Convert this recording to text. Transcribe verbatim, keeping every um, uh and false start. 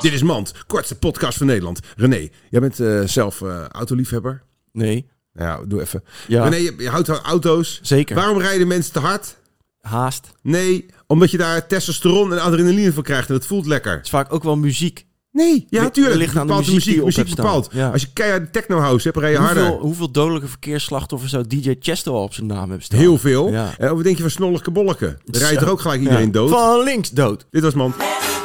Dit is Mand, kortste podcast van Nederland. René, jij bent uh, zelf uh, autoliefhebber? Nee. Ja, doe even. Ja. René, je, je houdt van auto's. Zeker. Waarom rijden mensen te hard? Haast. Nee, omdat je daar testosteron en adrenaline van krijgt en dat voelt lekker. Het is vaak ook wel muziek. Nee, ja, natuurlijk. Ligt aan de muziek, muziek, muziek, muziek bepaalt. Ja. Als je keihard techno house hebt, rij je hoeveel, harder. Hoeveel dodelijke verkeersslachtoffers zou D J Chesto al op zijn naam hebben staan? Heel veel. Ja. En wat denk je van snollige bolleken? Dan rijdt er ook gelijk iedereen ja. dood. Van links dood. Dit was Man.